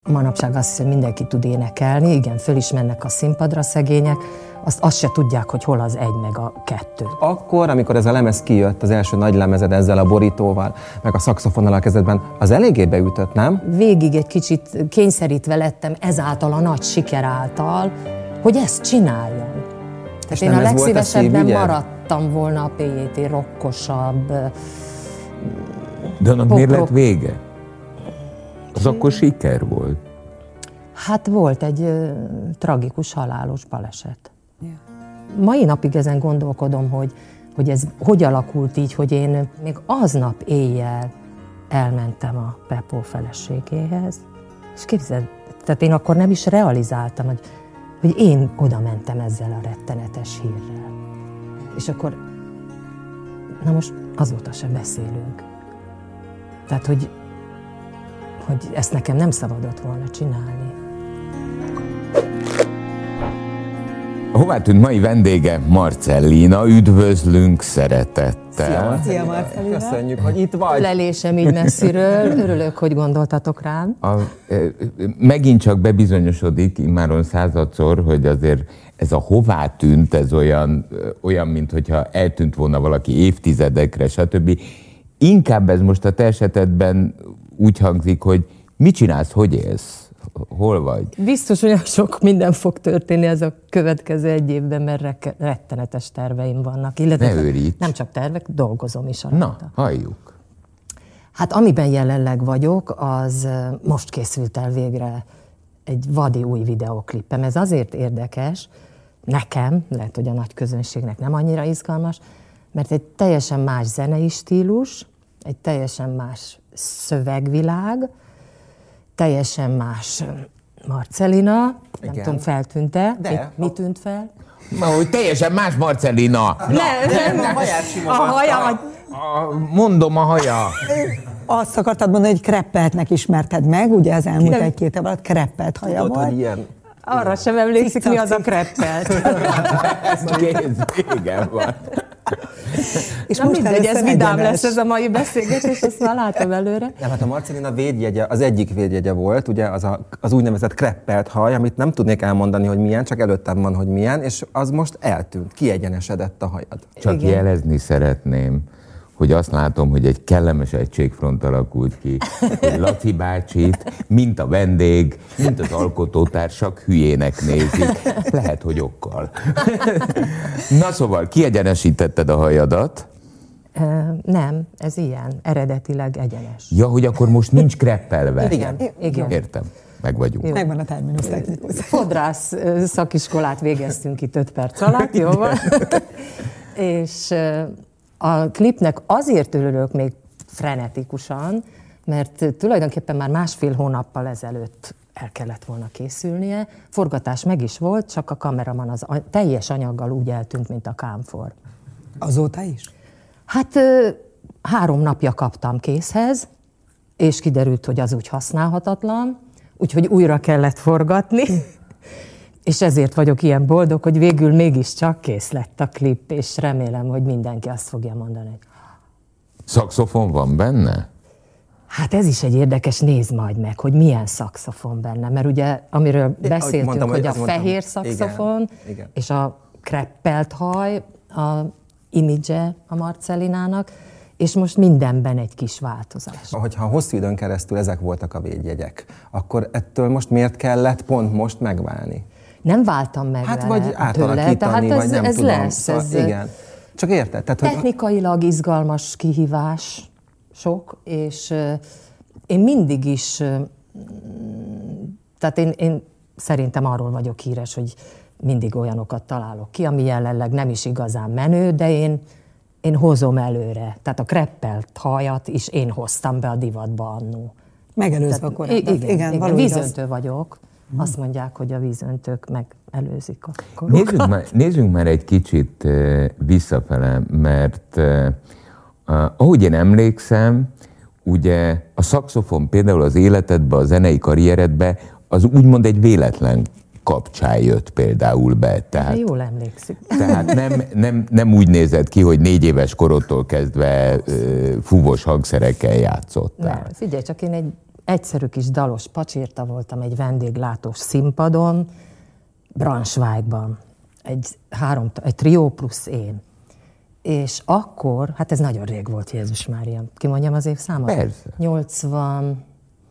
Manapság azt hiszem, mindenki tud énekelni, igen, föl is mennek a színpadra szegények, azt se tudják, hogy hol az 1 meg a 2. Akkor, amikor ez a lemez kijött, az első nagy lemezed ezzel a borítóval, meg a szaxofonnal a kezedben, az eléggé beütött, nem? Végig egy kicsit kényszerítve lettem ezáltal a nagy siker által, hogy ezt csináljam. Tehát én a legszívesebben maradtam volna a PJT rockosabb. De annak miért lett vége? Az akkor siker volt. Hát volt egy tragikus halálos baleset. Mai napig ezen gondolkodom, hogy ez hogy alakult így, hogy én még aznap éjjel elmentem a Pepó feleségéhez. És képzeld, tehát én akkor nem is realizáltam, hogy én oda mentem ezzel a rettenetes hírrel. És akkor, na most azóta sem beszélünk. Tehát, hogy ezt nekem nem szabadott volna csinálni. A Hová tűnt mai vendége Marcellina, üdvözlünk szeretettel. Szia Marcellina! Köszönjük, hogy itt vagy! Lelésem így messziről, örülök, hogy gondoltatok rám. Megint csak bebizonyosodik, immáron századszor, hogy azért ez a Hová tűnt, ez olyan mint hogyha eltűnt volna valaki évtizedekre, stb. Inkább ez most a te esetedben úgy hangzik, hogy mit csinálsz, hogy élsz? Hol vagy? Biztos olyan sok minden fog történni ez a következő 1 évben, mert rettenetes terveim vannak. Ne őríts! Nem csak tervek, dolgozom is rajta. Na, halljuk! Hát amiben jelenleg vagyok, az most készült el végre egy vadi új videóklipem. Ez azért érdekes, nekem, lehet, hogy a nagy közönségnek nem annyira izgalmas, mert egy teljesen más zenei stílus, egy teljesen más szövegvilág, teljesen más Marcellina, nem tudom, feltűnt-e? Mi tűnt fel? Hogy teljesen más Marcellina. Nem, a haját a haja. Mondom a haja. Azt akartad mondani, hogy Kreppeltnek ismerted meg, ugye az elmúlt 1-2 év alatt Kreppelt haja volt. volt. Ilyen... Arra sem emlékszik, mi az a Kreppelt. Ez végen van. És na most mindegy, ez vidám egyenes. lesz ez a mai beszélgetés, azt már látom előre. Nem, hát a Marcellina védjegye, az egyik védjegye volt, ugye az úgynevezett kreppelt haj, amit nem tudnék elmondani, hogy milyen, csak előttem van, hogy milyen, és az most eltűnt, kiegyenesedett a hajad. Csak igen. Jelezni szeretném, hogy azt látom, hogy egy kellemes egységfront alakult ki, hogy Laci bácsit, mint a vendég, mint az alkotótársak hülyének nézik. Lehet, hogy okkal. Na szóval, kiegyenesítetted a hajadat? Nem, ez ilyen, eredetileg egyenes. Ja, hogy akkor most nincs kreppelve. Igen. Értem, meg vagyunk. Jó. Megvan a terminus technikus. Fodrász szakiskolát végeztünk itt 5 perc alatt, jó van? És a klipnek azért örülök még frenetikusan, mert tulajdonképpen már 1,5 hónappal ezelőtt el kellett volna készülnie. Forgatás meg is volt, csak a kameraman az teljes anyaggal úgy eltűnt, mint a kámfor. Azóta is? Hát 3 napja kaptam készhez, és kiderült, hogy az úgy használhatatlan, úgyhogy újra kellett forgatni. És ezért vagyok ilyen boldog, hogy végül mégiscsak kész lett a klip, és remélem, hogy mindenki azt fogja mondani, hogy... Szaxofon van benne? Hát ez is egy érdekes, nézd majd meg, hogy milyen szaxofon benne, mert ugye, amiről beszéltünk, mondtam, hogy a fehér szaxofon, igen. És a kreppelt haj, a image a Marcellinának, és most mindenben egy kis változás. Hogyha hosszú időn keresztül ezek voltak a védjegyek, akkor ettől most miért kellett pont most megválni? Nem váltam meg hát vele vagy átalakítani, tehát vagy nem ez tudom. lesz. Szóval, ez igen. Csak érted? Tehát, technikailag izgalmas kihívás sok, és én mindig is, tehát én szerintem arról vagyok híres, hogy mindig olyanokat találok ki, ami jelenleg nem is igazán menő, de én hozom előre. Tehát a kreppelt hajat is én hoztam be a divatba annó. Megelőzve a korábban. Igen, vízöntő vagyok. Azt mondják, hogy a vízöntők megelőzik a korokat. Nézzünk már egy kicsit visszafele, mert ahogy én emlékszem, ugye a szaxofon például az életedbe, a zenei karrieredbe, az úgymond egy véletlen kapcsán jött például be. Tehát, jól emlékszik. Tehát nem úgy nézett ki, hogy 4 éves korodtól kezdve fúvós hangszerekkel játszottál. Nem, figyelj, csak én egy egyszerű kis dalos pacsirta voltam egy vendéglátós színpadon, Braunschweigban, egy trió plusz én. És akkor, hát ez nagyon rég volt, Jézus Mária, kimondjam az évszámot? Persze. 83,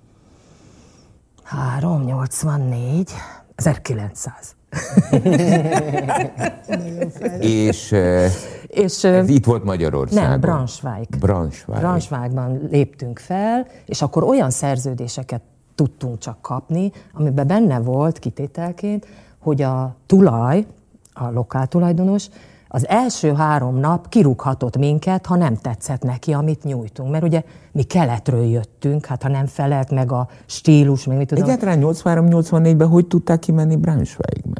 84, 1900. És ez itt volt Magyarországon? Nem, Braunschweigban léptünk fel, és akkor olyan szerződéseket tudtunk csak kapni, amiben benne volt kitételként, hogy a lokáltulajdonos az első 3 nap kirúghatott minket, ha nem tetszett neki, amit nyújtunk. Mert ugye mi keletről jöttünk, hát ha nem felelt meg a stílus, meg mit tudom. Egyáltalán 83-84-ben hogy tudták kimenni Braunschweigbe?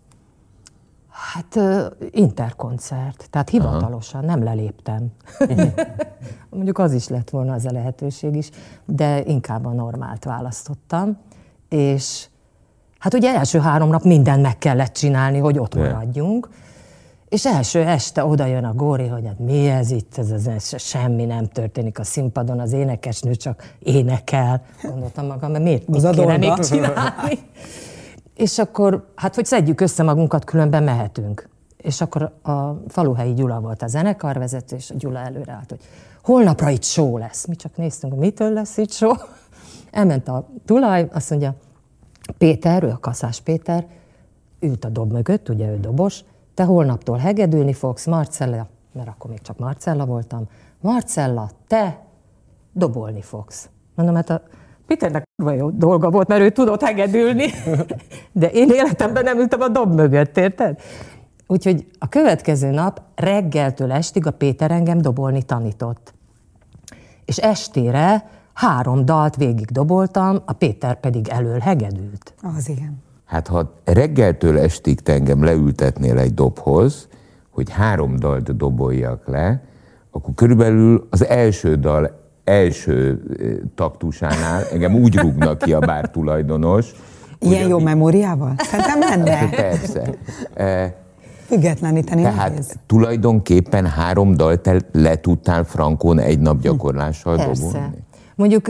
Hát interkoncert, tehát hivatalosan nem leléptem. Mondjuk az is lett volna, az a lehetőség is, de inkább a normált választottam. És hát ugye első 3 nap mindent meg kellett csinálni, hogy ott maradjunk. És első este oda jön a Góri, hogy hát mi ez itt, ez semmi nem történik a színpadon, az énekesnő csak énekel. Gondoltam magam, mert mit kéne még csinálni? És akkor, hát hogy szedjük össze magunkat, különben mehetünk. És akkor a Faluhelyi Gyula volt a zenekarvezető, és a Gyula előre állt, hogy holnapra itt show lesz. Mi csak néztünk, hogy mitől lesz itt show. Elment a tulaj, azt mondja, Péter, ő a Kaszás Péter, ült a dob mögött, ugye ő dobos, te holnaptól hegedülni fogsz, Marcella, mert akkor még csak Marcella voltam, Marcella, te dobolni fogsz. Mondom, hát a Péternek jó dolga volt, mert ő tudott hegedülni, de én életemben nem ültem a dob mögött, érted? Úgyhogy a következő nap reggeltől estig a Péter engem dobolni tanított. És estére 3 dalt végig doboltam, a Péter pedig elől hegedült. Az igen. Hát ha reggeltől estig te engem leültetnél egy dobhoz, hogy 3 dalt doboljak le, akkor körülbelül az első dal első taktusánál engem úgy rúgnak ki a bártulajdonos. Ilyen jó memóriával? Szerintem lenne. Persze. Függetleníteni tehát nehéz. Tulajdonképpen 3 dalt te le tudtál frankón egy nap gyakorlással dobolni? Mondjuk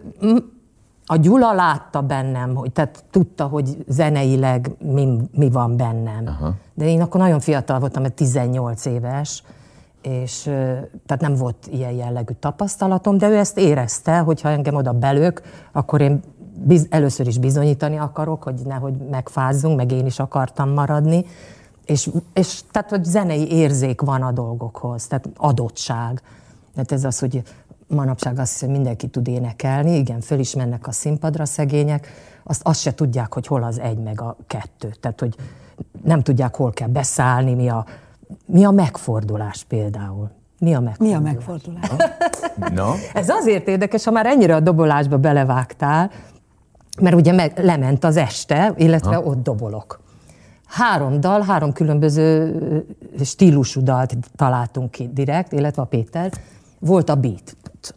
a Gyula látta bennem, hogy tehát tudta, hogy zeneileg mi van bennem. Aha. De én akkor nagyon fiatal voltam, mert 18 éves, és tehát nem volt ilyen jellegű tapasztalatom, de ő ezt érezte, hogy ha engem oda belök, akkor én először is bizonyítani akarok, hogy nehogy megfázzunk, meg én is akartam maradni. És tehát, hogy zenei érzék van a dolgokhoz, tehát adottság. Tehát ez az, hogy manapság azt hiszem, hogy mindenki tud énekelni, igen, föl is mennek a színpadra szegények, azt se tudják, hogy hol az 1 meg a 2. Tehát, hogy nem tudják, hol kell beszállni, mi a megfordulás például. Mi a megfordulás? No. Ez azért érdekes, ha már ennyire a dobolásba belevágtál, mert ugye lement az este, illetve ott dobolok. 3 dal, 3 különböző stílusú dalt találtunk ki direkt, illetve a Péter. Volt a beat,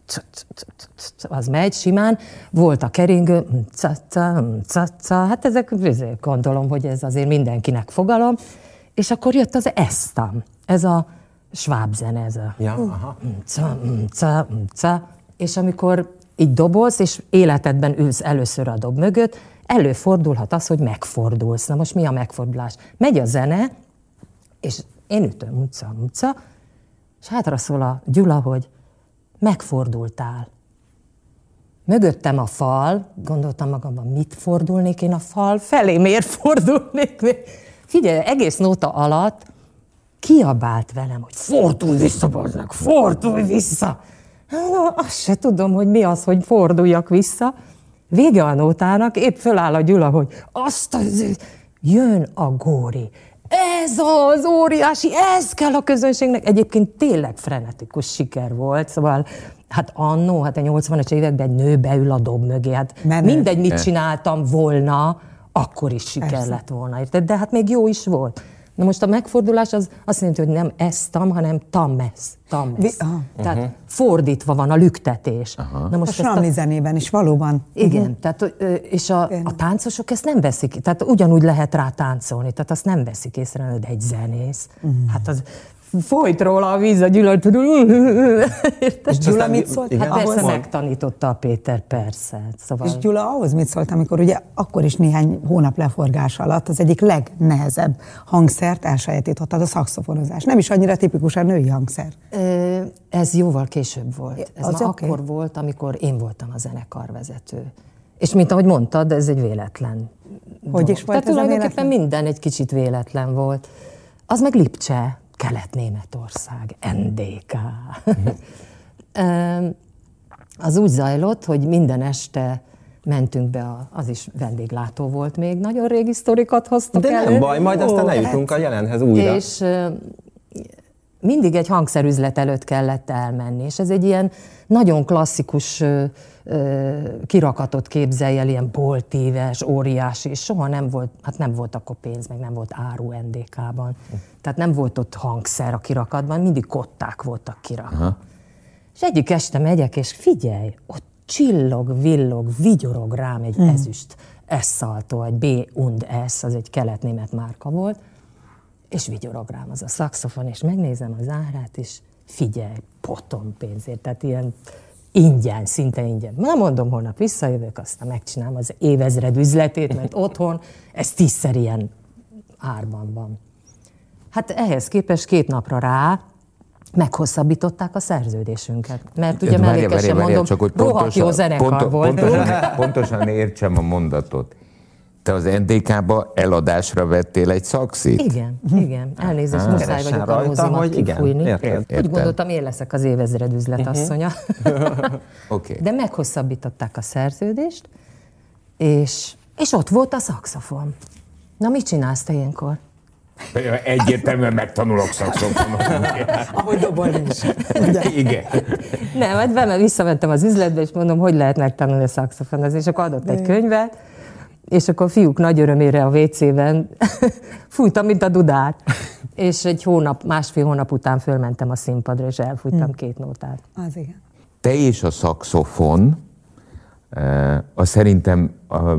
az megy simán, volt a keringő, hát ezek, gondolom, hogy ez azért mindenkinek fogalom, és akkor jött az esztam, ez a sváb zene, ez a és amikor így dobolsz, és életedben ülsz először a dob mögött, előfordulhat az, hogy megfordulsz. Na most mi a megfordulás? Megy a zene, és én ütöm, muca, és hátra szól a Gyula, hogy megfordultál. Mögöttem a fal, gondoltam magamban, mit fordulnék én a fal felé, miért fordulnék? Figyelj, egész nóta alatt kiabált velem, hogy fordulj vissza, bazdmeg, fordulj vissza! Na, azt se tudom, hogy mi az, hogy forduljak vissza. Vége a nótának, épp föláll a Gyula, hogy jön a Góri. Ez az óriási, ez kell a közönségnek. Egyébként tényleg frenetikus siker volt, szóval hát annó, hát a 80-as években egy nő beül a dob mögé, hát mindegy, mit csináltam volna, akkor is siker lett volna, érted? De hát még jó is volt. Na most a megfordulás az azt jelenti, hogy nem esztam, hanem tammesz. Tehát fordítva van a lüktetés. Na most a slammi zenében is valóban. Igen, tehát, és a táncosok ezt nem veszik, tehát ugyanúgy lehet rá táncolni, tehát azt nem veszik észre, hogy egy zenész. Hát az folyt róla a víz, a Gyula, és Gyula mit szólt? Hát persze megtanította a Péter, persze. Szóval... És Gyula ahhoz mit szólt, amikor ugye akkor is néhány hónap leforgás alatt az egyik legnehezebb hangszert elsajátítottad, a szaxofonozás. Nem is annyira tipikusan női hangszer. Ez jóval később volt. Ez az már okay. Akkor volt, amikor én voltam a zenekarvezető. És mint ahogy mondtad, ez egy véletlen. Hogy is volt? Tehát tulajdonképpen minden egy kicsit véletlen volt. Az meg Lipcse, Kelet-Németország, NDK. Az úgy zajlott, hogy minden este mentünk be, az is vendéglátó volt még, nagyon régi sztorikat hoztak de elő. Nem baj, majd aztán eljutunk a jelenhez újra. És mindig egy hangszerüzlet előtt kellett elmenni, és ez egy ilyen nagyon klasszikus kirakatot képzelj el, ilyen boltíves, óriási, és soha nem volt, hát nem volt akkor pénz, meg nem volt áru NDK-ban. Tehát nem volt ott hangszer a kirakatban, mindig kották voltak kirakva. Aha. És egyik este megyek, és figyelj, ott csillog, villog, vigyorog rám egy ezüst S-szaltó, egy B&S, az egy kelet-német márka volt, és vigyorog rám az a szaxofon, és megnézem az árát, és figyelj, potom pénzért, tehát ilyen ingyen, szinte ingyen. Nem mondom, holnap visszajövök, aztán megcsinálom az évezred üzletét, mert otthon ez 10-szer ilyen árban van. Hát ehhez képest 2 napra rá meghosszabbították a szerződésünket. Mert ugye mellékesen mondom, rohadt jó zenekar voltunk. Pontosan értsem a mondatot. Te az NDK-ba eladásra vettél egy szaxit? Igen. Elnézést, muszáj vagyok a rózimat kifújni. Úgy gondoltam, én leszek az évezred üzletasszonya. Okay. De meghosszabbították a szerződést, és ott volt a szaxofon. Na, mit csinálsz te ilyenkor? Egyértelműen megtanulok szaxofonon. Ahogy dobolni is. Igen. Nem, hát visszamentem az üzletbe, és mondom, hogy lehet megtanulni a szaxofonozni, és akkor adott egy könyvet, és akkor fiúk nagy örömére a WC-ben fújtam, mint a dudát. És másfél hónap után fölmentem a színpadra, és elfújtam 2 nótát. Az igen. Te és a szaxofon, az szerintem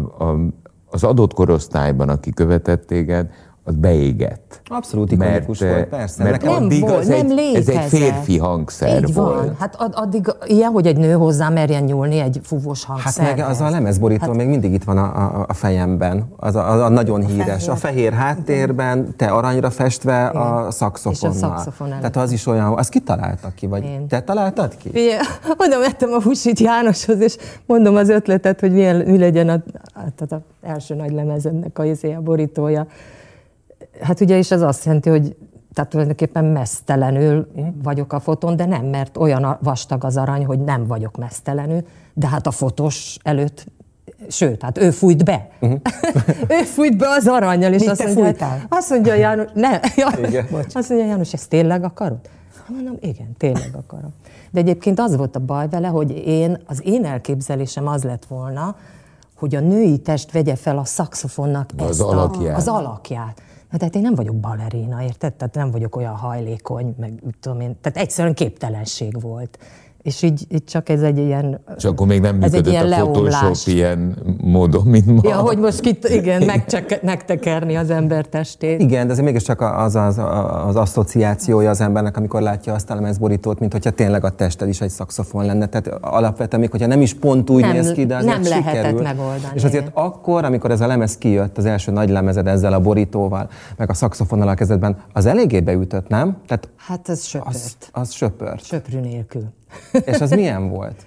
az adott korosztályban, aki követett téged, az beégett. Abszolút ikonikus volt, persze. Mert addig ez egy férfi hangszer így volt. Van. Hát addig ilyen, hogy egy nő hozzá merjen nyúlni egy fúvós hangszerhez. Hát meg az a lemezborító még mindig itt van a fejemben. Az a nagyon híres. A fehér háttérben, te aranyra festve a szaxofonnal. És a szaxofon előtt. Tehát az is olyan, azt ki találta ki? Vagy én. Te találtad ki? Igen, oda vettem a Husit Jánoshoz, és mondom az ötletet, hogy mi legyen az első nagy lemezemnek a borítója. Hát ugye, és ez azt jelenti, hogy tehát tulajdonképpen meztelenül vagyok a fotón, de nem, mert olyan vastag az arany, hogy nem vagyok meztelenül, de hát a fotós előtt, sőt, hát ő fújt be. Ő fújt be az arannyal, és azt mondja, János, azt mondja, János, ezt tényleg akarod? Mondom, igen, tényleg akarom. De egyébként az volt a baj vele, hogy az én elképzelésem az lett volna, hogy a női test vegye fel a szaxofonnak az alakját. Tehát én nem vagyok balerina, érted? Tehát nem vagyok olyan hajlékony, meg tudom én. Tehát egyszerűen képtelenség volt. És így csak ez egy ilyen... És akkor még nem működött a Photoshop ilyen módon, mint ma. Ja, hogy most megtekerni az ember testét. Igen, de ez mégiscsak az asszociációja az embernek, amikor látja azt a lemezborítót, mint hogyha tényleg a tested is egy szaxofon lenne. Tehát alapvetően még, hogyha nem is pont úgy néz ki, de azért nem sikerült. lehetett megoldani. És azért akkor, amikor ez a lemez kijött, az első nagy lemezed ezzel a borítóval, meg a szaxofonnal a kezedben, az eléggé beütött, nem? Tehát hát ez söpört. Az söpört. Söprű nélkül. És az milyen volt?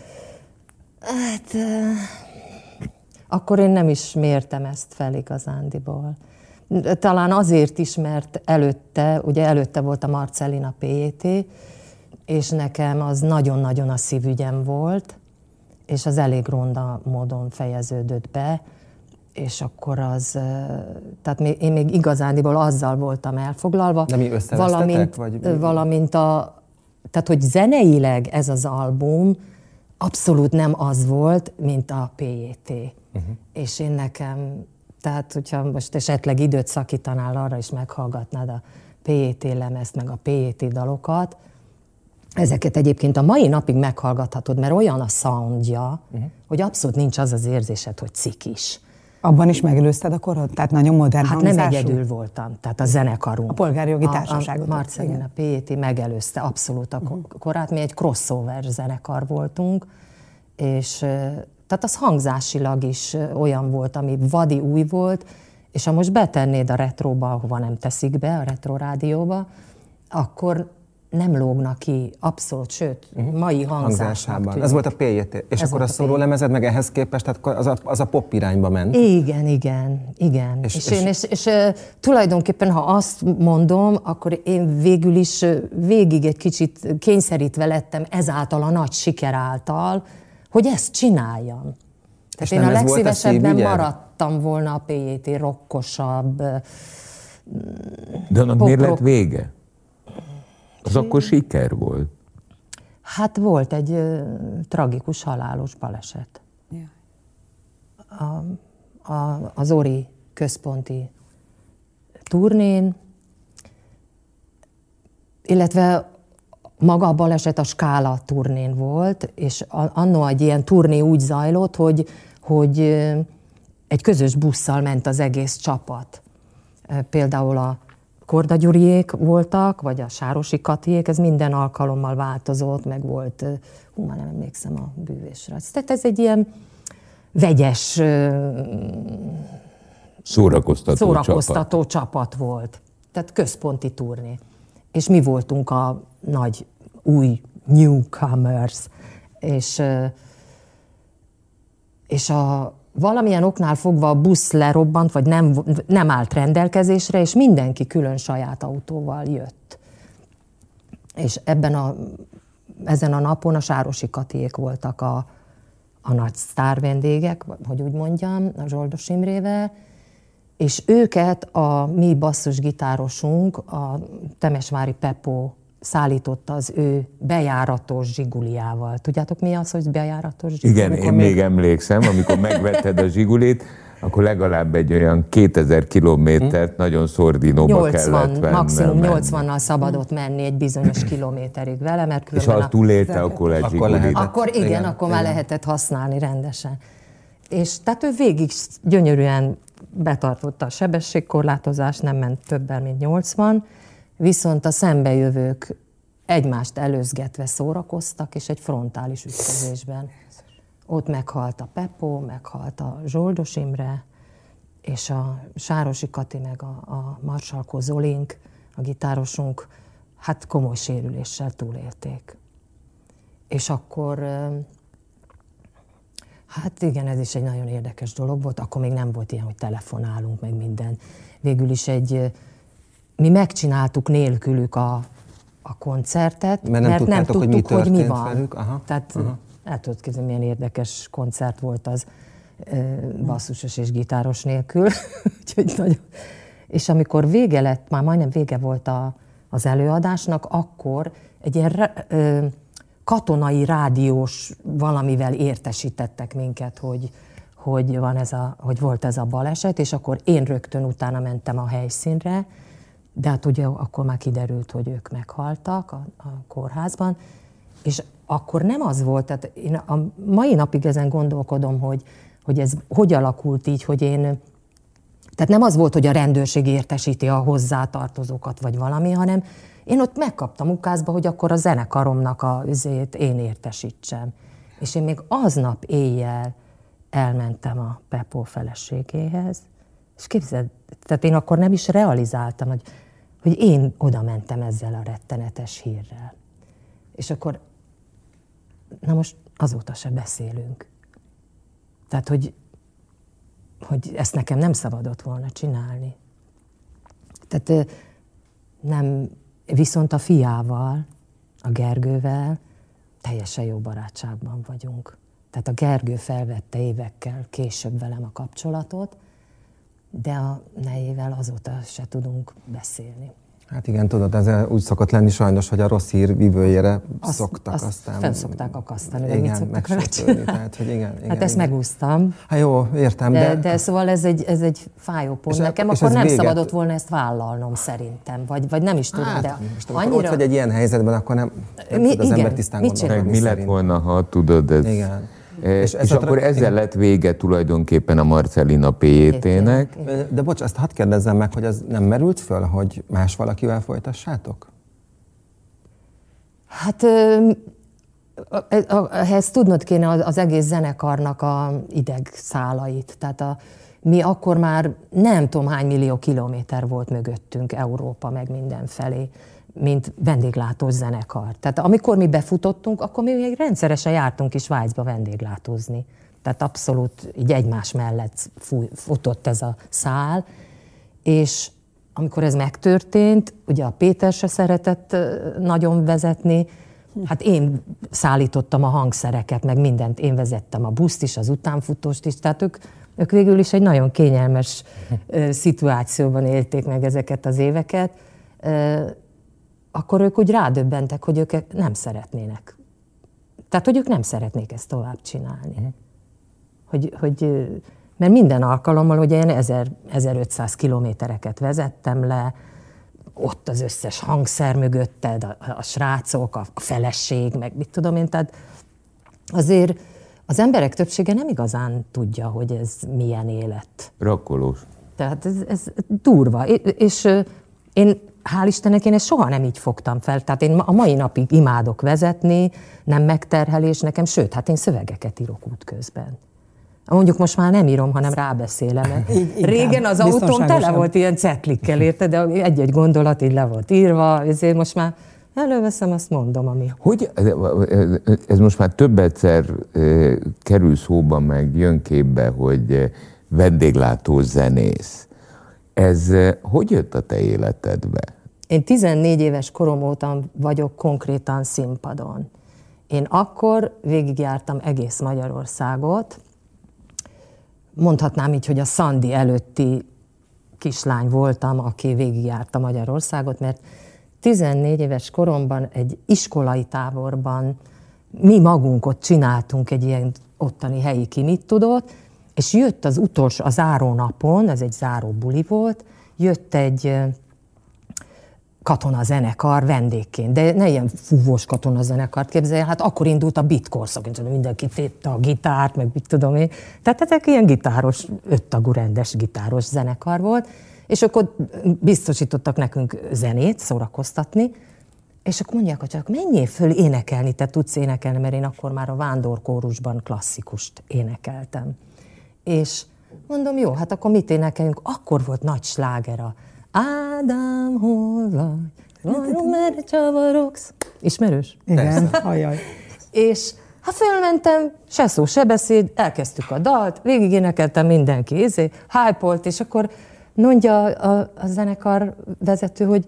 Hát, akkor én nem is mértem ezt fel igazándiból. Talán azért is, mert előtte volt a Marcellina PJT, és nekem az nagyon-nagyon a szívügyem volt, és az elég ronda módon fejeződött be, és akkor tehát én még igazándiból azzal voltam elfoglalva. De mi összevesztetek? Valamint tehát, hogy zeneileg ez az album abszolút nem az volt, mint a PJT. És én nekem, tehát hogyha most esetleg időt szakítanál arra, és meghallgatnád a PJT lemezt, meg a PJT dalokat, ezeket egyébként a mai napig meghallgathatod, mert olyan a soundja, hogy abszolút nincs az az érzésed, hogy cikis. Abban is megelőzted a korod? Tehát nagyon modern hangzású? Nem egyedül voltam, tehát a zenekarunk. A polgári jogi társaságot. A Marcelina Péti megelőzte abszolút a korát. Mi egy crossover zenekar voltunk, és tehát az hangzásilag is olyan volt, ami vadi új volt, és ha most betennéd a retróba, ahova nem teszik be, a retro rádióba, akkor nem lógnak ki, abszolút, sőt, mai hangzásában. Ez volt a PJT. És ez akkor a szólólemezed meg ehhez képest, tehát az a pop irányba ment. Igen. És tulajdonképpen, ha azt mondom, akkor én végül is végig egy kicsit kényszerítve lettem ezáltal a nagy siker által, hogy ezt csináljam. Tehát én a legszívesebben maradtam volna a PJT rockosabb. De annak miért lett vége? Az akkor siker volt? Hát volt egy tragikus halálos baleset. Az Ori központi turnén, illetve maga a baleset a Skála turnén volt, és anno egy ilyen turné úgy zajlott, hogy egy közös busszal ment az egész csapat. Például a Korda Gyuriék voltak, vagy a Sárosi Katiék, ez minden alkalommal változott, meg volt, már nem emlékszem a bűvésre. Tehát ez egy ilyen vegyes szórakoztató csapat volt. Tehát központi turné. És mi voltunk a nagy, új newcomers. És valamilyen oknál fogva a busz lerobbant, vagy nem állt rendelkezésre, és mindenki külön saját autóval jött. És ezen a napon a Sárosi Katiék voltak a nagy sztár vendégek, hogy úgy mondjam, a Zsoldos Imrével, és őket a mi basszusgitárosunk, a Temesvári Pepó szállította az ő bejáratos zsiguliával. Tudjátok, mi az, hogy bejáratos zsiguli? Igen, én még emlékszem, amikor megvetted a zsigulit, akkor legalább egy olyan 2000 kilométert nagyon szordinóba kellett vennem. Maximum 80-nal szabadott menni egy bizonyos kilométerig vele, mert és ha túlélte, akkor egy zsigulit. Akkor már lehetett használni rendesen. És tehát ő végig gyönyörűen betartotta a sebességkorlátozást, nem ment többen, mint 80, viszont a szembejövők egymást előzgetve szórakoztak, és egy frontális ütközésben. Ott meghalt a Pepó, meghalt a Zsoldos Imre, és a Sárosi Kati, meg a Marsalkó Zolink, a gitárosunk, hát komoly sérüléssel túlélték. És akkor, hát igen, ez is egy nagyon érdekes dolog volt, akkor még nem volt ilyen, hogy telefonálunk, meg minden. Végül is mi megcsináltuk nélkülük a koncertet, mert nem tudtuk, hogy mi van. Velük? Aha. Tehát el tudod képzelni, milyen érdekes koncert volt az basszusos és gitáros nélkül. És amikor vége lett, már majdnem vége volt az előadásnak, akkor egy ilyen katonai rádiós valamivel értesítettek minket, hogy volt ez a baleset, és akkor én rögtön utána mentem a helyszínre, de hát ugye akkor már kiderült, hogy ők meghaltak a kórházban, és akkor nem az volt, tehát én a mai napig ezen gondolkodom, hogy ez hogy alakult így, hogy tehát nem az volt, hogy a rendőrség értesíti a hozzátartozókat, vagy valami, hanem én ott megkaptam ukázba, hogy akkor a zenekaromnak azért én értesítsem. És én még aznap éjjel elmentem a Pepó feleségéhez, és képzeld, tehát én akkor nem is realizáltam, hogy én oda mentem ezzel a rettenetes hírrel. És akkor, na most azóta se beszélünk. Tehát, hogy ezt nekem nem szabadott volna csinálni. Tehát nem, viszont a fiával, a Gergővel teljesen jó barátságban vagyunk. Tehát a Gergő felvette évekkel később velem a kapcsolatot, de a nejével azóta se tudunk beszélni. Hát igen, tudod, ez úgy szokott lenni sajnos, hogy a rossz hír vívőjére szoktak aztán... Fel szokták akasztani, vagy mit szoktak vele csinálni. Tehát, hogy igen, hát ezt megúsztam. Hát jó, értem, de szóval ez egy fájó pont nekem, akkor nem szabadott volna ezt vállalnom szerintem, vagy nem is tudom, de annyira... Ott vagy egy ilyen helyzetben, akkor nem tud az ember tisztán gondolkodni. Mi lett volna, ha tudod, ez... Igen. És akkor ezzel lett vége tulajdonképpen a Marcellina PJT-nek. De bocs, ezt hadd kérdezzem meg, hogy az nem merült föl, hogy más valakivel folytassátok? Hát ehhez tudnod kéne az egész zenekarnak a idegszálait. Tehát mi akkor már nem tudom hány millió kilométer volt mögöttünk Európa meg mindenfelé, mint vendéglátós zenekar. Tehát amikor mi befutottunk, akkor mi még rendszeresen jártunk is Svájcba vendéglátózni. Tehát abszolút így egymás mellett futott ez a szál. És amikor ez megtörtént, ugye a Péter se szeretett nagyon vezetni, hát én szállítottam a hangszereket, meg mindent, én vezettem a buszt is, az utánfutóst is, tehát ők végül is egy nagyon kényelmes szituációban élték meg ezeket az éveket. Akkor ők úgy rádöbbentek, hogy ők nem szeretnének. Tehát, hogy ők nem szeretnék ezt tovább csinálni. Mert minden alkalommal, ugye én 1500 kilométereket vezettem le, ott az összes hangszer mögötted, a srácok, a feleség, meg mit tudom én, tehát azért az emberek többsége nem igazán tudja, hogy ez milyen élet. Rakkolós. Tehát ez durva. És én, hál' Istennek, én ezt soha nem így fogtam fel. Tehát én a mai napig imádok vezetni, nem megterhelés nekem, sőt, hát én szövegeket írok útközben. Mondjuk most már nem írom, hanem rábeszélem. Régen az autóm tele volt ilyen cetlikkel, érted, de egy-egy gondolat így le volt írva, ezért most már előveszem, azt mondom, ami... Hogy ez most már több egyszer kerül szóba, meg jön képbe, hogy vendéglátó zenész. Ez hogy jött a te életedbe? Én 14 éves korom óta vagyok konkrétan színpadon. Én akkor végigjártam egész Magyarországot. Mondhatnám így, hogy a Szandi előtti kislány voltam, aki végigjárta Magyarországot, mert 14 éves koromban egy iskolai táborban mi magunk ott csináltunk egy ilyen ottani helyi ki mit tudott, és jött az utolsó, a zárónapon, ez egy záró buli volt, jött egy katonazenekar vendégként, de ne ilyen fúvós katonazenekart képzelj, hát akkor indult a beat korszak, mindenki tépte a gitárt, meg mit tudom én. Tehát ezek ilyen gitáros, 5 tagú rendes gitáros zenekar volt, és akkor biztosítottak nekünk zenét, szórakoztatni, és akkor mondják, hogy csak menjél föl énekelni, te tudsz énekelni, mert én akkor már a vándorkórusban klasszikust énekeltem. És mondom, jó, hát akkor mit énekeljünk? Akkor volt nagy sláger a Ádám, hol vagy? Vajon merre csavarogsz? Ismerős? Igen, ajaj. És ha fölmentem, se szó, se beszéd, elkezdtük a dalt, végig énekeltem mindenki, hype-olt, és akkor mondja a zenekar vezető, hogy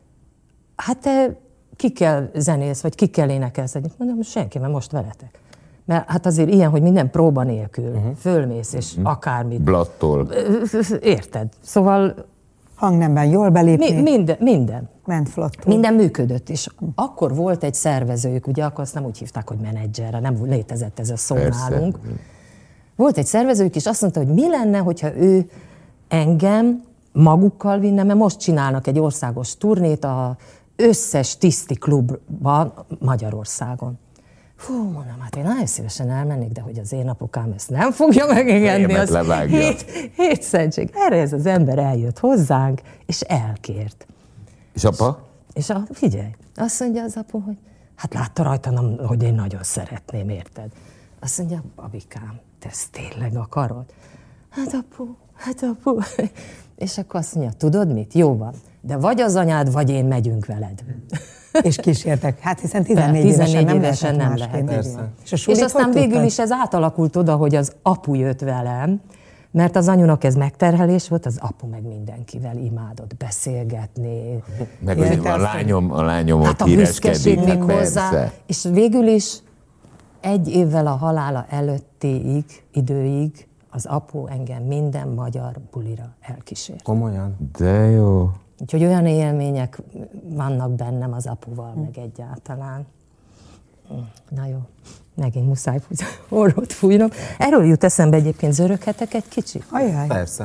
hát te kikkel zenész, vagy kikkel énekelsz? Mondom, senki, mert most veletek. Mert hát azért ilyen, hogy minden próba nélkül fölmész, és akármit. Blattól. Érted? Szóval... Hangnemben jól belépni. Minden. Ment flottul. Minden működött, és akkor volt egy szervezőjük, ugye akkor azt nem úgy hívták, hogy menedzserre, nem létezett ez a szó nálunk. Volt egy szervezőjük, és azt mondta, hogy mi lenne, hogyha ő engem magukkal vinne, mert most csinálnak egy országos turnét az összes tiszti klubban Magyarországon. Fú, mondom, hát én nagyon szívesen elmennék, de hogy az én apukám ezt nem fogja megengedni, az hétszentség. Erre ez az ember eljött hozzánk, és elkért. És apa? És figyelj, azt mondja az apu, hogy hát látta rajtam, hogy én nagyon szeretném, érted? Azt mondja, babikám, te ezt tényleg akarod? Hát apu. És akkor azt mondja, tudod mit? Jó van, de vagy az anyád, vagy én megyünk veled. És kísértek. Hát hiszen 14 évesen nem lehet. És aztán végül is ez átalakult oda, hogy az apu jött velem, mert az anyunak ez megterhelés volt, az apu meg mindenkivel imádott beszélgetni. Meg hogy a lányom ott híreskedik, még hozzá. És végül is 1 évvel a halála előtti időig az apu engem minden magyar bulira elkísért. Komolyan? De jó. Úgyhogy olyan élmények vannak bennem az apuval, meg egyáltalán. Na jó, megint muszáj orrot fújnom. Erről jut eszembe egyébként, zöröghetek egy kicsit? Ajaj. Persze.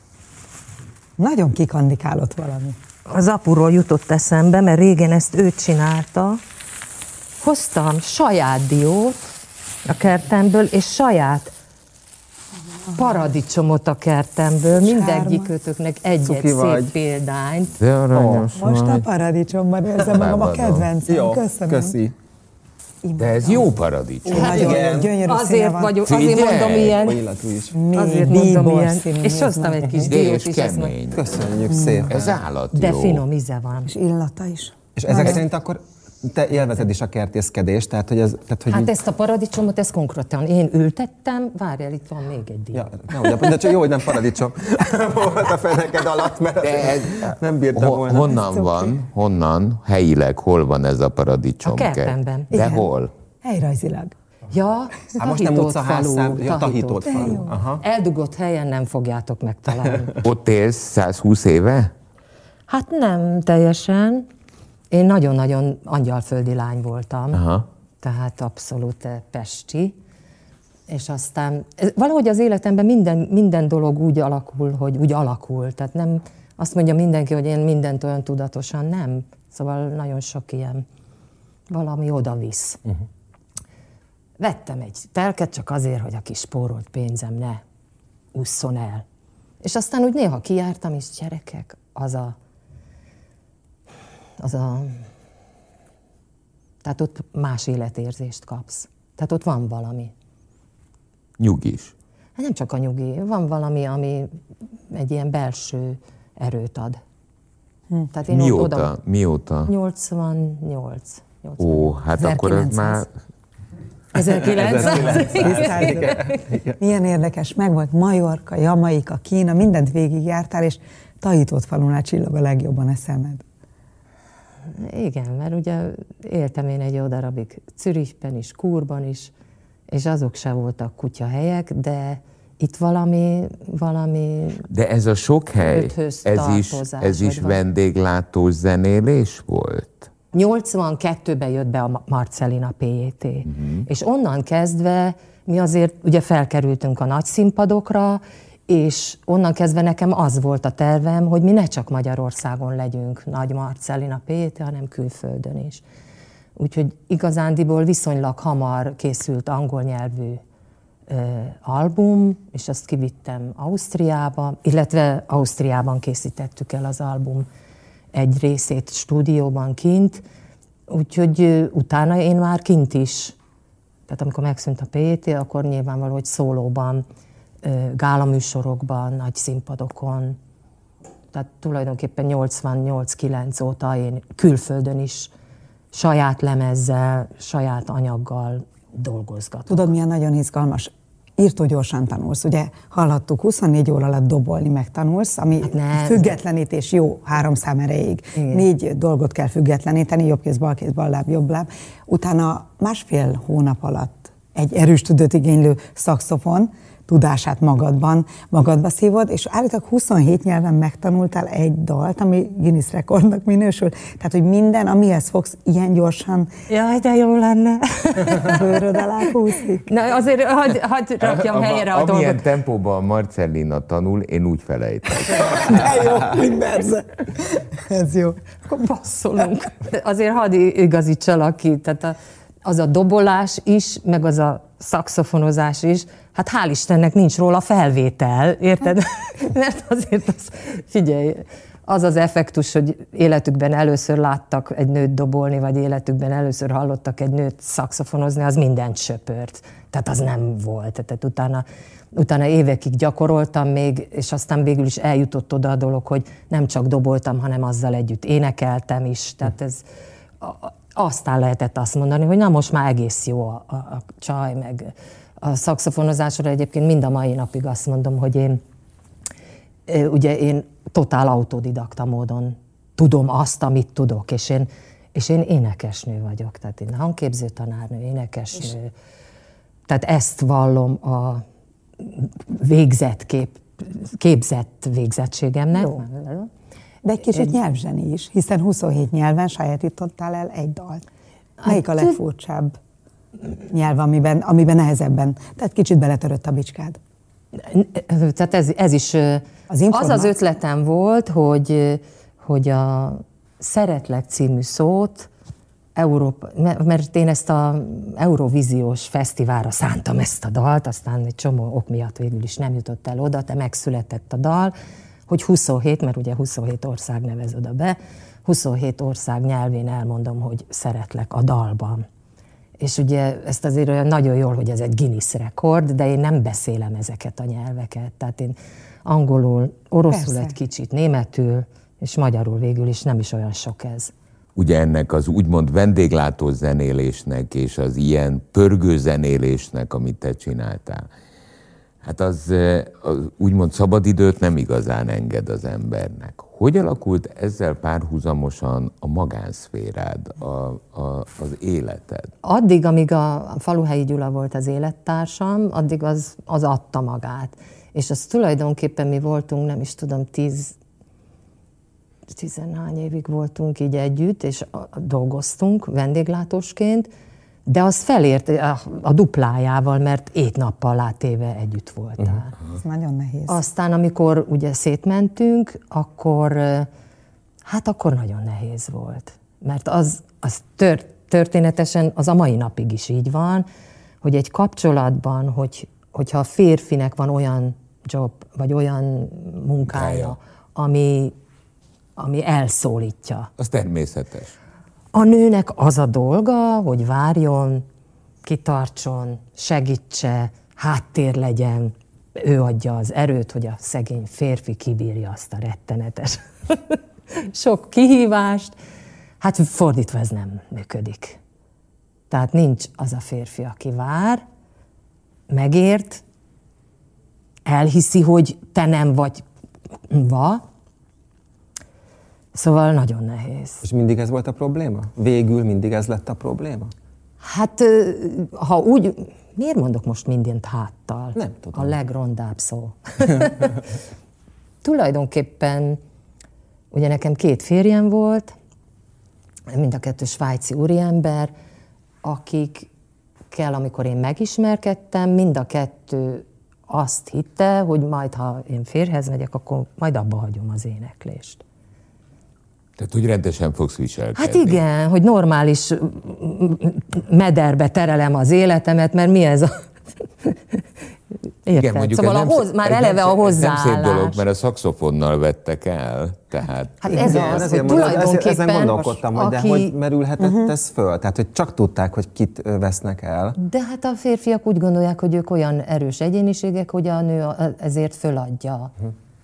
Nagyon kikandikálott valami. Az apuról jutott eszembe, mert régen ezt ő csinálta. Hoztam saját diót, a kertemből, és saját paradicsomot a kertemből, mindegyikőtöknek egy-egy szép példányt. De aranyos most a paradicsomban érzem magam a kedvencem. Jó, köszönöm. Köszi. De ez jó paradicsom. Hát igen. Gyönyörű azért vagyok, azért mondom ilyen. Azért mondom ilyen. És hoztam egy kis diót is. Köszönjük szépen. Ez állat jó. De finom íze van. És illata is. És ezek szerint akkor te élvezed is a kertészkedést, tehát hogy ez... hogy hát ezt a paradicsomot, ezt konkrétan én ültettem, várjál, itt van még egy dió. Ja, de csak jó, hogy nem paradicsom volt a feneked alatt, mert nem bírtam volna. Honnan, helyileg, hol van ez a paradicsom? A kertemben. De hol? Helyrajzilag. Ja, most nem utcaházszám, tanított falu. Eldugott helyen nem fogjátok megtalálni. Ott élsz 120 éve? Hát nem teljesen. Én nagyon-nagyon angyalföldi lány voltam, tehát abszolút pesti, és aztán valahogy az életemben minden dolog úgy alakul, hogy úgy alakul, tehát nem azt mondja mindenki, hogy én mindent olyan tudatosan, nem. Szóval nagyon sok ilyen valami oda-visz. Vettem egy telket csak azért, hogy a kis spórolt pénzem ne ússzon el. És aztán úgy néha kijártam, és gyerekek, tehát ott más életérzést kapsz. Tehát ott van valami. Nyugis. Hát nem csak a nyugi, van valami, ami egy ilyen belső erőt ad. Tehát én Mióta? 88. Ó, hát 1900. Akkor ez már... 1900. Milyen érdekes, megvolt Majorka, Jamaika, Kína, mindent végigjártál, és Tahitót falunál csillog a legjobban a szemed. Igen, mert ugye éltem én egy jó darabig Zürichben is, Kurban is, és azok se voltak kutyahelyek, de itt valami... De ez a sok hely, ez is vendéglátós zenélés volt? 82-ben jött be a Marcellina PJT, és onnan kezdve mi azért ugye felkerültünk a nagy színpadokra, és onnan kezdve nekem az volt a tervem, hogy mi ne csak Magyarországon legyünk nagy Marcellina PJT, hanem külföldön is. Úgyhogy igazándiból viszonylag hamar készült angol nyelvű album, és azt kivittem Ausztriába, illetve Ausztriában készítettük el az album egy részét stúdióban kint, úgyhogy utána én már kint is, tehát amikor megszűnt a PJT, akkor nyilvánvaló, hogy szólóban, gálaműsorokban, nagy színpadokon, tehát tulajdonképpen 88-9 óta én külföldön is saját lemezzel, saját anyaggal dolgozgatok. Tudod, milyen nagyon izgalmas? Írtó gyorsan tanulsz, ugye hallhattuk, 24 óra alatt dobolni megtanulsz, ami függetlenítés jó 3 szám erejéig. 4 dolgot kell függetleníteni, jobb kéz, bal láb, jobb láb. Utána 1,5 hónap alatt egy erős tudatigénylő szaxofon tudását magadba szívod, és állítólag 27 nyelven megtanultál egy dalt, ami Guinness rekordnak minősül. Tehát, hogy minden, amihez fogsz ilyen gyorsan... Jaj, de jó lenne. Bőröd alá húszik. Na, azért hadd rakjam helyre a dolgot. Amilyen tempóban Marcellina tanul, én úgy felejtem. De jó, persze. Ez jó. Akkor passzolunk. Azért hadd igazítsalak ki. Tehát az a dobolás is, meg az a szaxofonozás is, hát hál' Istennek nincs róla felvétel, érted? Mert azért figyelj, az az effektus, hogy életükben először láttak egy nőt dobolni, vagy életükben először hallottak egy nőt szaxofonozni, az mindent söpört. Tehát az nem volt. Tehát utána évekig gyakoroltam még, és aztán végül is eljutott oda a dolog, hogy nem csak doboltam, hanem azzal együtt énekeltem is. Tehát ez... Aztán lehetett azt mondani, hogy na most már egész jó a csaj, meg a szaxofonozásra egyébként mind a mai napig azt mondom, hogy én totál autodidakta módon tudom azt, amit tudok, és én énekesnő vagyok, tehát én hangképző tanárnő, énekesnő, tehát ezt vallom a képzett végzettségemnek. Jó. De egy kicsit nyelvzseni is, hiszen 27 nyelven sajátítottál el egy dalt. Melyik a legfurcsább nyelv, amiben nehezebben? Tehát kicsit beletörött a bicskád. Tehát ez is az ötletem volt, hogy a Szeretlek című szót mert én ezt az Eurovíziós fesztiválra szántam ezt a dalt, aztán egy csomó ok miatt végül is nem jutott el oda, de megszületett a dal, hogy 27, mert ugye 27 ország nevez oda be, 27 ország nyelvén elmondom, hogy szeretlek a dalban. És ugye ezt azért olyan nagyon jól, hogy ez egy Guinness rekord, de én nem beszélem ezeket a nyelveket. Tehát én angolul, oroszul egy kicsit, németül, és magyarul végül is nem is olyan sok ez. Ugye ennek az úgymond vendéglátó zenélésnek és az ilyen pörgő zenélésnek, amit te csináltál, hát az úgymond szabadidőt nem igazán enged az embernek. Hogy alakult ezzel párhuzamosan a magánszférád, az életed? Addig, amíg a Faluhelyi Gyula volt az élettársam, addig az adta magát. És az tulajdonképpen mi voltunk, nem is tudom, 10-hány évig voltunk így együtt, és dolgoztunk vendéglátósként, de az felért a duplájával, mert 7 nappal látéve együtt voltál. Ez nagyon nehéz. Aztán, amikor ugye szétmentünk, akkor nagyon nehéz volt. Mert az történetesen az a mai napig is így van, hogy egy kapcsolatban, hogyha a férfinek van olyan jobb, vagy olyan munkája, ami elszólítja. Az természetes. A nőnek az a dolga, hogy várjon, kitartson, segítse, háttér legyen. Ő adja az erőt, hogy a szegény férfi kibírja azt a rettenetes sok kihívást. Hát fordítva ez nem működik. Tehát nincs az a férfi, aki vár, megért, elhiszi, hogy te nem vagy Szóval nagyon nehéz. És mindig ez volt a probléma? Végül mindig ez lett a probléma? Hát, ha úgy... Miért mondok most mindent háttal? Nem tudom. A legrondább szó. Tulajdonképpen, ugye nekem 2 férjem volt, mind a 2 svájci úriember, akikkel, amikor én megismerkedtem, mind a 2 azt hitte, hogy majd, ha én férjhez megyek, akkor majd abba hagyom az éneklést. Tehát, hogy rendesen fogsz viselkedni. Hát igen, hogy normális mederbe terelem az életemet, mert mi ez a... Érted? Igen, szóval már eleve a hozzáállás. Nem szép dolog, mert a szaxofonnal vettek el, tehát... Hát ez igen, az, hogy tulajdonképpen... Ezen gondolkodtam, de hogy merülhetett ez föl? Tehát, hogy csak tudták, hogy kit vesznek el. De hát a férfiak úgy gondolják, hogy ők olyan erős egyéniségek, hogy a nő ezért föladja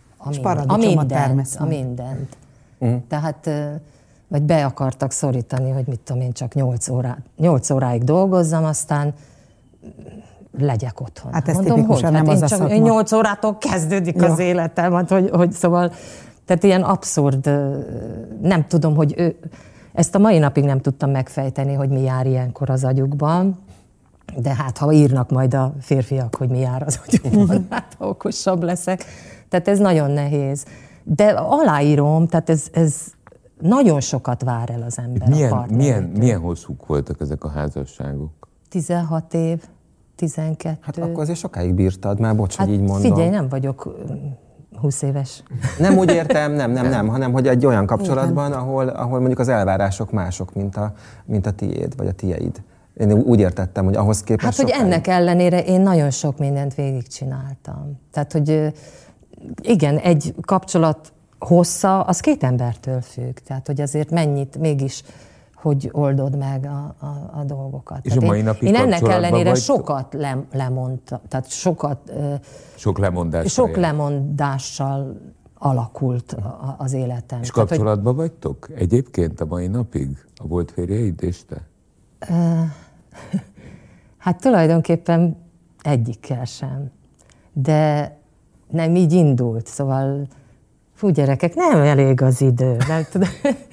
a mindent. Tehát, vagy be akartak szorítani, hogy mit tudom én, csak 8 óráig dolgozzam, aztán legyek otthon. Hát ez tipikusan nem az a szakma. 8 órától kezdődik az életem, hát, hogy szóval, tehát ilyen abszurd, nem tudom, hogy ezt a mai napig nem tudtam megfejteni, hogy mi jár ilyenkor az agyukban, de hát ha írnak majd a férfiak, hogy mi jár az agyukban, hát ha okosabb leszek. Tehát ez nagyon nehéz. De aláírom, tehát ez nagyon sokat vár el az ember a partnerétől. Milyen hosszúk voltak ezek a házasságok? 16 év, 12. Hát akkor azért sokáig bírtad, már bocs, hogy így mondom. Figyelj, nem vagyok 20 éves. Nem úgy értem, nem, hanem hogy egy olyan kapcsolatban, ahol mondjuk az elvárások mások, mint a tiéd, vagy a tieid. Én úgy értettem, hogy ahhoz képest hát, hogy ennek ellenére én nagyon sok mindent végigcsináltam. Tehát, hogy igen, egy kapcsolat hossza, az 2 embertől függ. Tehát, hogy azért mennyit mégis, hogy oldod meg a dolgokat. És tehát a mai napig én ennek ellenére sokat lemondtam, tehát sok lemondással alakult az életem. És kapcsolatban vagytok egyébként a mai napig? A volt férjeid és te? Hát tulajdonképpen egyikkel sem. De nem így indult, szóval fú, gyerekek, nem elég az idő. Nem tudom.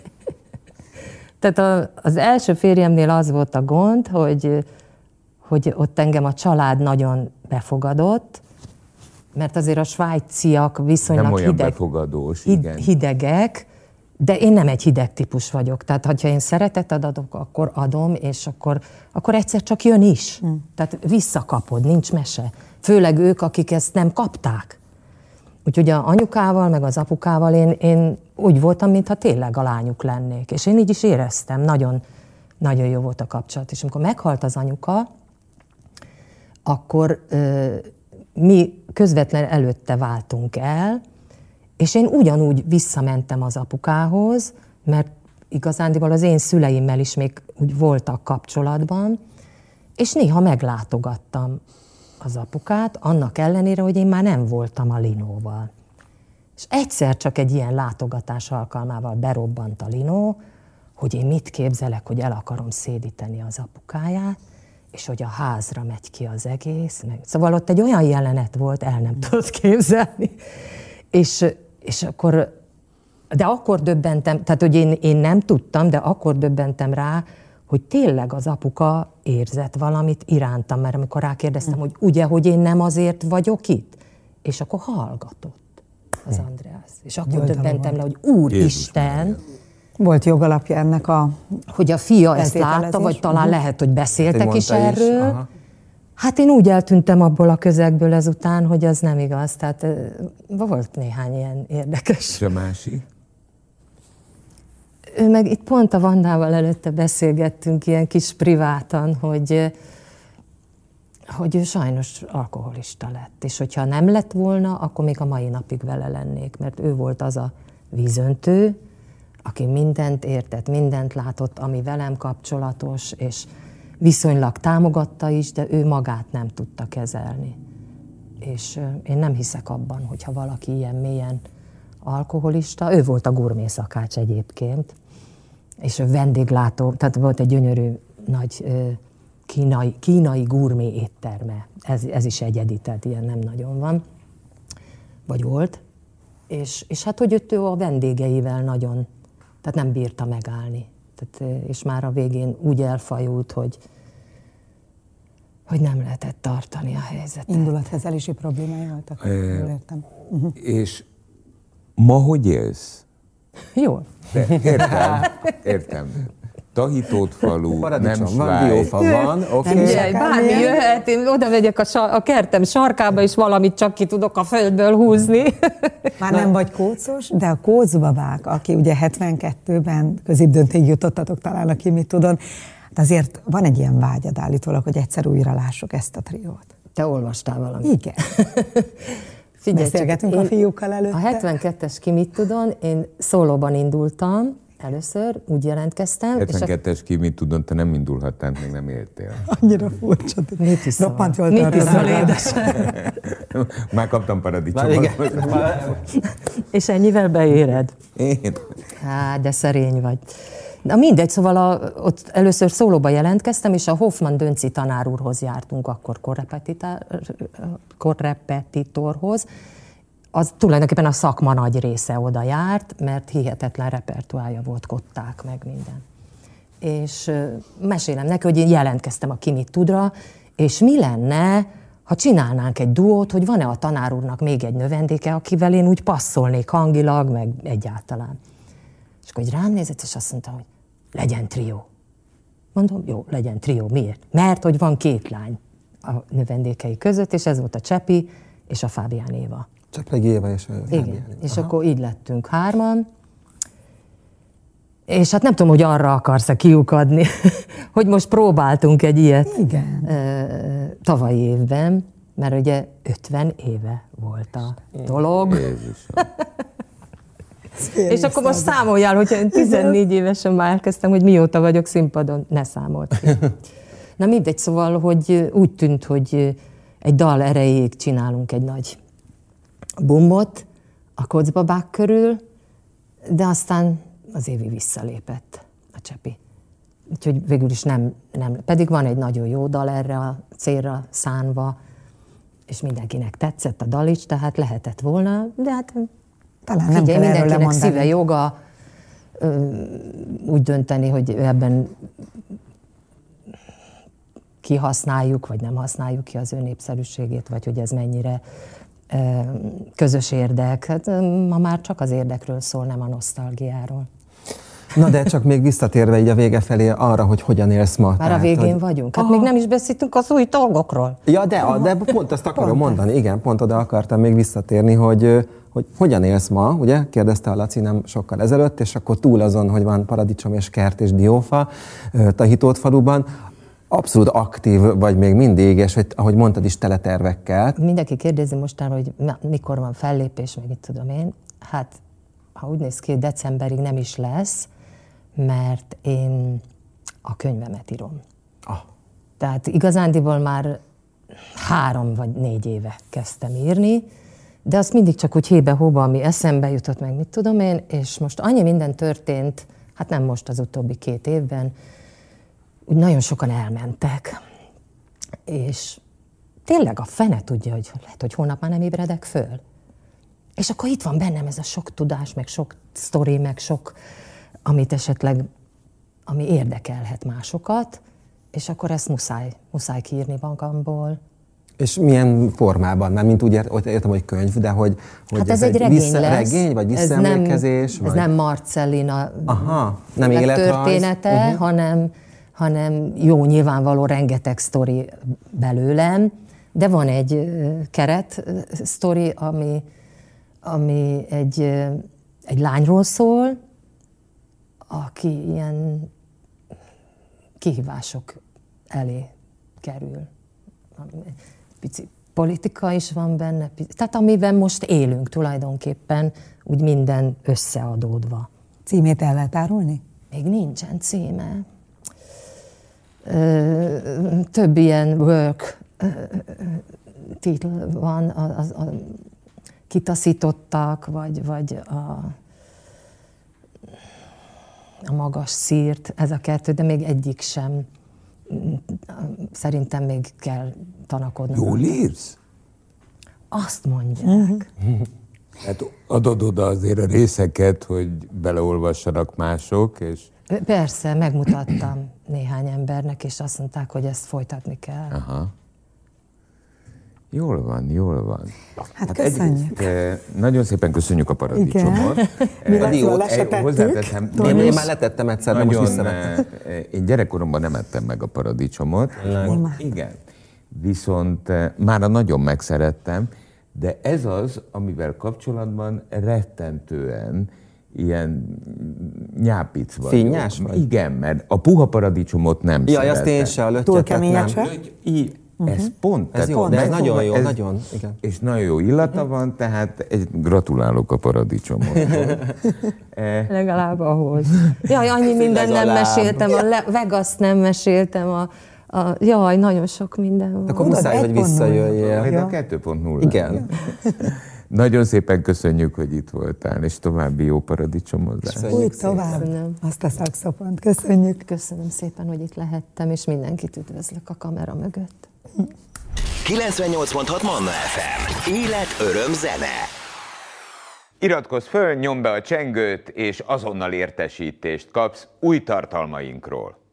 Tehát az első férjemnél az volt a gond, hogy ott engem a család nagyon befogadott, mert azért a svájciak viszonylag hidegek, de én nem egy hideg típus vagyok. Tehát, ha én szeretetet adok, akkor adom, és akkor egyszer csak jön is. Tehát visszakapod, nincs mese. Főleg ők, akik ezt nem kapták. Úgyhogy az anyukával, meg az apukával én úgy voltam, mintha tényleg a lányuk lennék. És én így is éreztem, nagyon nagyon jó volt a kapcsolat. És amikor meghalt az anyuka, akkor mi közvetlen előtte váltunk el, és én ugyanúgy visszamentem az apukához, mert igazándiból az én szüleimmel is még úgy voltak kapcsolatban, és néha meglátogattam az apukát, annak ellenére, hogy én már nem voltam a Linóval. És egyszer csak egy ilyen látogatás alkalmával berobbant a Linó, hogy én mit képzelek, hogy el akarom szédíteni az apukáját, és hogy a házra megy ki az egész. Szóval ott egy olyan jelenet volt, el nem tudod képzelni. És akkor, de akkor döbbentem, tehát hogy én nem tudtam, de akkor döbbentem rá, hogy tényleg az apuka érzett valamit irántam, mert amikor rákérdeztem, hogy ugye, hogy én nem azért vagyok itt, és akkor hallgatott az Andreas. És akkor döbbentem le, hogy Úristen, volt jogalapja ennek hogy a fia ezt látta, vagy talán lehet, hogy beszéltek is erről. Hát én úgy eltűntem abból a közegből ezután, hogy az nem igaz. Tehát volt néhány ilyen érdekes. És a másik? Ő meg itt pont a Vandával előtte beszélgettünk ilyen kis privátan, hogy ő sajnos alkoholista lett. És hogyha nem lett volna, akkor még a mai napig vele lennék. Mert ő volt az a vízöntő, aki mindent értett, mindent látott, ami velem kapcsolatos, és viszonylag támogatta is, de ő magát nem tudta kezelni. És én nem hiszek abban, hogyha valaki ilyen mélyen alkoholista. Ő volt a gurmé szakács egyébként, és vendéglátó, tehát volt egy gyönyörű nagy kínai gurmé étterme. Ez is egyedi, tehát ilyen nem nagyon van, vagy volt. És hát, hogy ő a vendégeivel nagyon, tehát nem bírta megállni. Tehát, és már a végén úgy elfajult, hogy nem lehetett tartani a helyzetet. Indulatkezelési problémái voltak, jól értem. És ma hogy élsz? Jól. Értem. Tahitót falu, nem van, diófa van, oké. Bármi jöhet, én oda megyek a kertem sarkába, és valamit csak ki tudok a földből húzni. Már nem vagy kócos, de a kócbabák, aki ugye 72-ben középdöntig jutottatok talán, aki mit tudom, azért van egy ilyen vágyad állítólag, hogy egyszer újra lássuk ezt a triót. Te olvastál valamit? Igen. Figyelj, beszélgetünk a fiúkkal előtte. A 72-es ki mit tudom, én szólóban indultam, először úgy jelentkeztem. 72-es ki mit tudom, te nem indulhattál, még nem éltél. Annyira furcsa. Mit iszol? Roppant jól tartozol, édesem. Már kaptam paradicsomot. És ennyivel beéred? Én? Hát, de szerény vagy. Na mindegy, szóval ott először szólóba jelentkeztem, és a Hoffman Dönci tanár úrhoz jártunk akkor korrepetitorhoz. Az tulajdonképpen a szakma nagy része oda járt, mert hihetetlen repertoárja volt, kották meg minden. És mesélem neki, hogy én jelentkeztem a Ki mit tudra, és mi lenne, ha csinálnánk egy duót, hogy van-e a tanár úrnak még egy növendéke, akivel én úgy passzolnék hangilag, meg egyáltalán. És akkor rám nézett, és azt mondta, hogy legyen trió. Mondom, jó, legyen trió. Miért? Mert hogy van 2 lány a növendékei között, és ez volt a Csepi és a Fábián Éva. Cseplegi Éva és a Fábián Éva. És akkor így lettünk 3-an. És hát nem tudom, hogy arra akarsz-e kiukadni, hogy most próbáltunk egy ilyet. Igen. Tavalyi évben, mert ugye 50 éve volt a dolog. És akkor most számoljál, hogyha én 14 évesen már elkezdtem, hogy mióta vagyok színpadon, ne számolt ki. Na mindegy, szóval, hogy úgy tűnt, hogy egy dal erejéig csinálunk egy nagy bummot a kocbabák körül, de aztán az Évi visszalépett, a Csepi. Úgyhogy végül is nem, pedig van egy nagyon jó dal erre a célra szánva, és mindenkinek tetszett a dal is, tehát lehetett volna, de hát talán nem kell mindenkinek szíve joga úgy dönteni, hogy ebben kihasználjuk, vagy nem használjuk ki az ő népszerűségét, vagy hogy ez mennyire közös érdek. Hát ma már csak az érdekről szól, nem a nosztalgiáról. Na de csak még visszatérve így a vége felé arra, hogy hogyan élsz ma. Már a végén vagyunk. Hát még nem is beszéltünk az új dolgokról. Ja, de pont azt akarom mondani. Igen, pont oda akartam még visszatérni, hogy hogyan élsz ma, ugye? Kérdezte a Laci nem sokkal ezelőtt, és akkor túl azon, hogy van paradicsom és kert és diófa Tahitótfaluban, abszolút aktív vagy még mindig, és hogy, ahogy mondtad is, tele tervekkel. Mindenki kérdezi mostanra, hogy mikor van fellépés, meg itt tudom én. Hát, ha úgy néz ki, hogy decemberig nem is lesz, mert én a könyvemet írom. Tehát igazándiból már 3 vagy 4 éve kezdtem írni, de azt mindig csak úgy hébe-hóba, ami eszembe jutott, meg mit tudom én, és most annyi minden történt, hát nem most az utóbbi 2 évben, úgy nagyon sokan elmentek, és tényleg a fene tudja, hogy lehet, hogy holnap már nem ébredek föl. És akkor itt van bennem ez a sok tudás, meg sok sztori, meg sok, amit esetleg, ami érdekelhet másokat, és akkor ezt muszáj kiírni magamból. És milyen formában? Mert mint úgy értem, hogy könyv, de hogy hát ez egy regény lesz. Regény, vagy visszaemlékezés? Ez nem Marcellina nem története, hanem jó, nyilvánvaló rengeteg sztori belőlem, de van egy keret sztori, ami egy lányról szól, aki ilyen kihívások elé kerül. Pici politika is van benne, tehát amiben most élünk tulajdonképpen, úgy minden összeadódva. Címét el lehet árulni? Még nincsen címe. Több ilyen work titl van, a kitaszítottak, vagy a magas szírt, ez a 2, de még egyik sem. Szerintem még kell tanakodnom. Jól írsz? Azt mondják. Hát adod oda azért a részeket, hogy beleolvassanak mások, és... Persze, megmutattam néhány embernek, és azt mondták, hogy ezt folytatni kell. Aha. Jól van. Hát köszönjük. Nagyon szépen köszönjük a paradicsomot. Hozzáteszem, én már letettem egyszer, de most visszavettem. Én gyerekkoromban nem ettem meg a paradicsomot. Igen. Viszont mára nagyon megszerettem, de ez az, amivel kapcsolatban rettentően ilyen nyápic vagy. Finnyás vagy? Igen, mert a puha paradicsomot nem szeretem. Azt én se, a löttyöket nem. Ez pont. Ez jó, de ez nagyon jó, nagyon. Igen. És nagyon jó illata van, tehát gratulálok a paradicsomot. Legalább ahhoz. Jaj, annyi mindent nem meséltem, a Vegas nem meséltem, jaj, nagyon sok minden van. Akkor muszáj, hogy visszajöjjél. De a 2.0. Igen. Nagyon szépen köszönjük, hogy itt voltál, és további jó paradicsomozást. Úgy tovább. Azt a szakszofont. Köszönjük. Köszönöm szépen, hogy itt lehettem, és mindenkit üdvözlök a kamera mögött. 98.6 Manna FM. Élet, öröm, zene. Iratkozz föl, nyomd be a csengőt, és azonnal értesítést kapsz új tartalmainkról.